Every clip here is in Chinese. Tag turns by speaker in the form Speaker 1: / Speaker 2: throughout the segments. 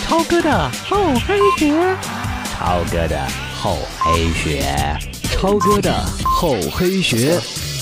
Speaker 1: 超哥的厚黑学，
Speaker 2: 超哥的厚黑学，超哥的厚黑学。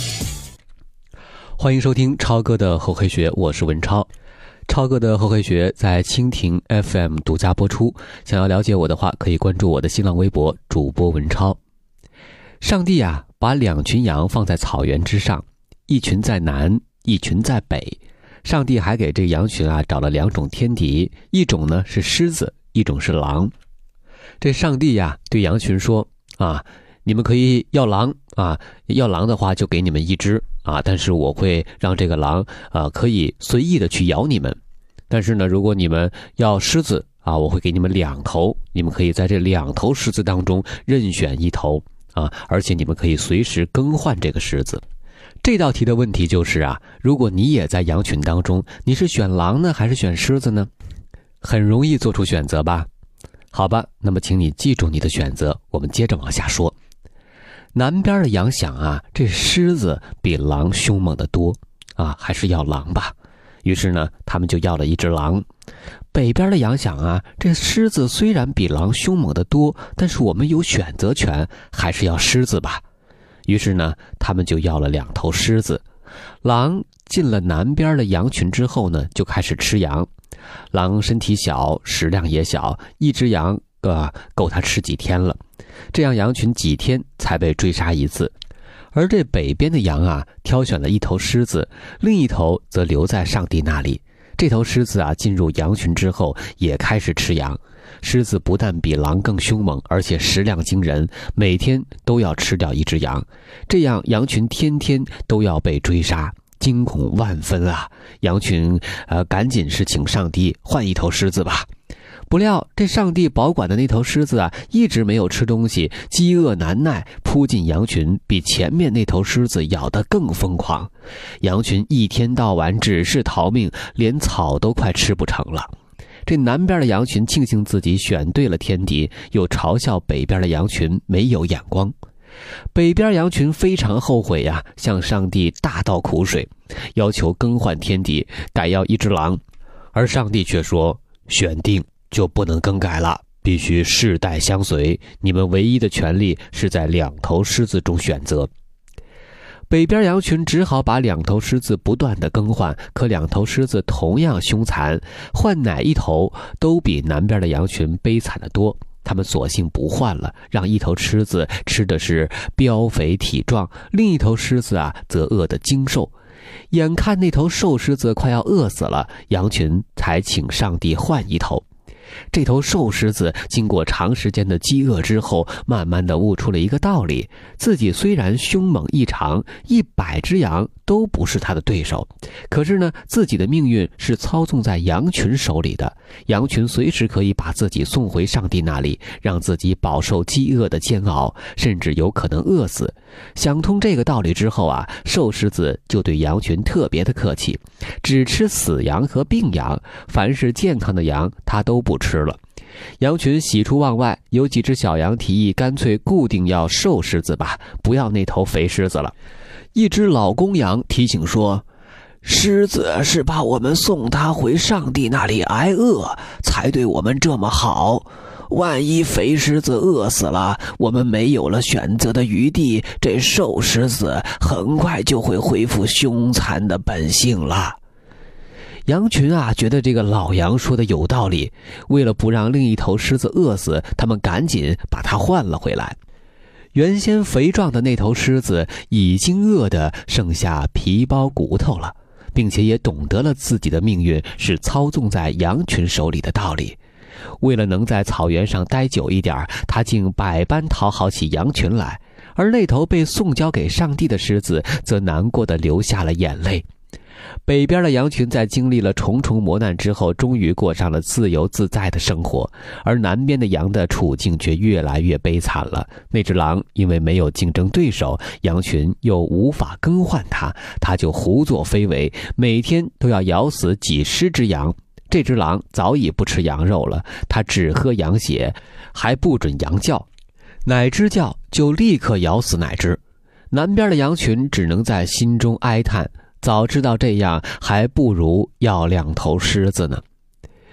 Speaker 2: 欢迎收听超哥的厚黑学，我是文超。超哥的厚黑学在蜻蜓 FM 独家播出，想要了解我的话，可以关注我的新浪微博主播文超。上帝啊，把两群羊放在草原之上，一群在南，一群在北。上帝还给这羊群啊找了两种天敌，一种呢是狮子，一种是狼。这上帝呀对羊群说啊，你们可以要狼啊，要狼的话就给你们一只啊，但是我会让这个狼可以随意的去咬你们。但是呢，如果你们要狮子啊，我会给你们两头，你们可以在这两头狮子当中任选一头啊，而且你们可以随时更换这个狮子。这道题的问题就是啊，如果你也在羊群当中，你是选狼呢还是选狮子呢？很容易做出选择吧？好吧，那么请你记住你的选择，我们接着往下说。南边的羊想啊，这狮子比狼凶猛得多啊，还是要狼吧。于是呢，他们就要了一只狼。北边的羊想啊，这狮子虽然比狼凶猛得多，但是我们有选择权，还是要狮子吧。于是呢，他们就要了两头狮子。狼进了南边的羊群之后呢，就开始吃羊。狼身体小，食量也小，一只羊够它吃几天了。这样羊群几天才被追杀一次。而这北边的羊啊，挑选了一头狮子，另一头则留在上帝那里。这头狮子啊，进入羊群之后也开始吃羊。狮子不但比狼更凶猛，而且食量惊人，每天都要吃掉一只羊。这样羊群天天都要被追杀，惊恐万分啊！羊群赶紧是请上帝换一头狮子吧。不料这上帝保管的那头狮子啊，一直没有吃东西，饥饿难耐，扑进羊群，比前面那头狮子咬得更疯狂。羊群一天到晚只是逃命，连草都快吃不成了。这南边的羊群庆幸自己选对了天敌，又嘲笑北边的羊群没有眼光。北边羊群非常后悔呀，向上帝大倒苦水，要求更换天敌，改要一只狼。而上帝却说，选定就不能更改了，必须世代相随，你们唯一的权利是在两头狮子中选择。北边羊群只好把两头狮子不断的更换，可两头狮子同样凶残，换哪一头都比南边的羊群悲惨得多。他们索性不换了，让一头狮子吃的是膘肥体壮，另一头狮子啊则饿得精瘦。眼看那头瘦狮子快要饿死了，羊群才请上帝换一头。这头瘦狮子经过长时间的饥饿之后，慢慢地悟出了一个道理，自己虽然凶猛异常，100只羊都不是他的对手，可是呢，自己的命运是操纵在羊群手里的，羊群随时可以把自己送回上帝那里，让自己饱受饥饿的煎熬，甚至有可能饿死。想通这个道理之后啊，瘦狮子就对羊群特别的客气，只吃死羊和病羊，凡是健康的羊他都不吃了。羊群喜出望外，有几只小羊提议干脆固定要瘦狮子吧，不要那头肥狮子了。一只老公羊提醒说，狮子是把我们送他回上帝那里挨饿，才对我们这么好。万一肥狮子饿死了，我们没有了选择的余地，这瘦狮子很快就会恢复凶残的本性了。羊群啊，觉得这个老羊说的有道理，为了不让另一头狮子饿死，他们赶紧把它换了回来。原先肥壮的那头狮子已经饿得剩下皮包骨头了，并且也懂得了自己的命运是操纵在羊群手里的道理。为了能在草原上待久一点，他竟百般讨好起羊群来，而那头被送交给上帝的狮子则难过地流下了眼泪。北边的羊群在经历了重重磨难之后，终于过上了自由自在的生活，而南边的羊的处境却越来越悲惨了。那只狼因为没有竞争对手，羊群又无法更换它就胡作非为，每天都要咬死几十只羊。这只狼早已不吃羊肉了，它只喝羊血，还不准羊叫，哪只叫就立刻咬死哪只。南边的羊群只能在心中哀叹，早知道这样，还不如要两头狮子呢。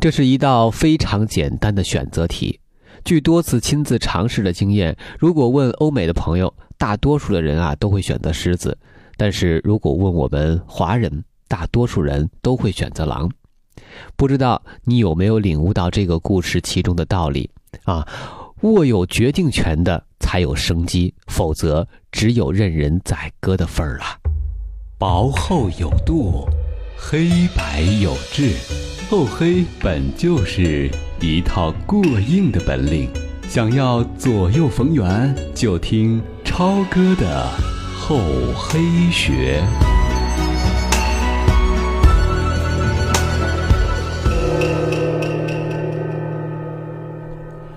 Speaker 2: 这是一道非常简单的选择题。据多次亲自尝试的经验，如果问欧美的朋友，大多数的人都会选择狮子，但是如果问我们华人，大多数人都会选择狼。不知道你有没有领悟到这个故事其中的道理握有决定权的才有生机，否则只有任人宰割的份儿了。
Speaker 3: 薄厚有度，黑白有致，厚黑本就是一套过硬的本领。想要左右逢源，就听超哥的厚黑学。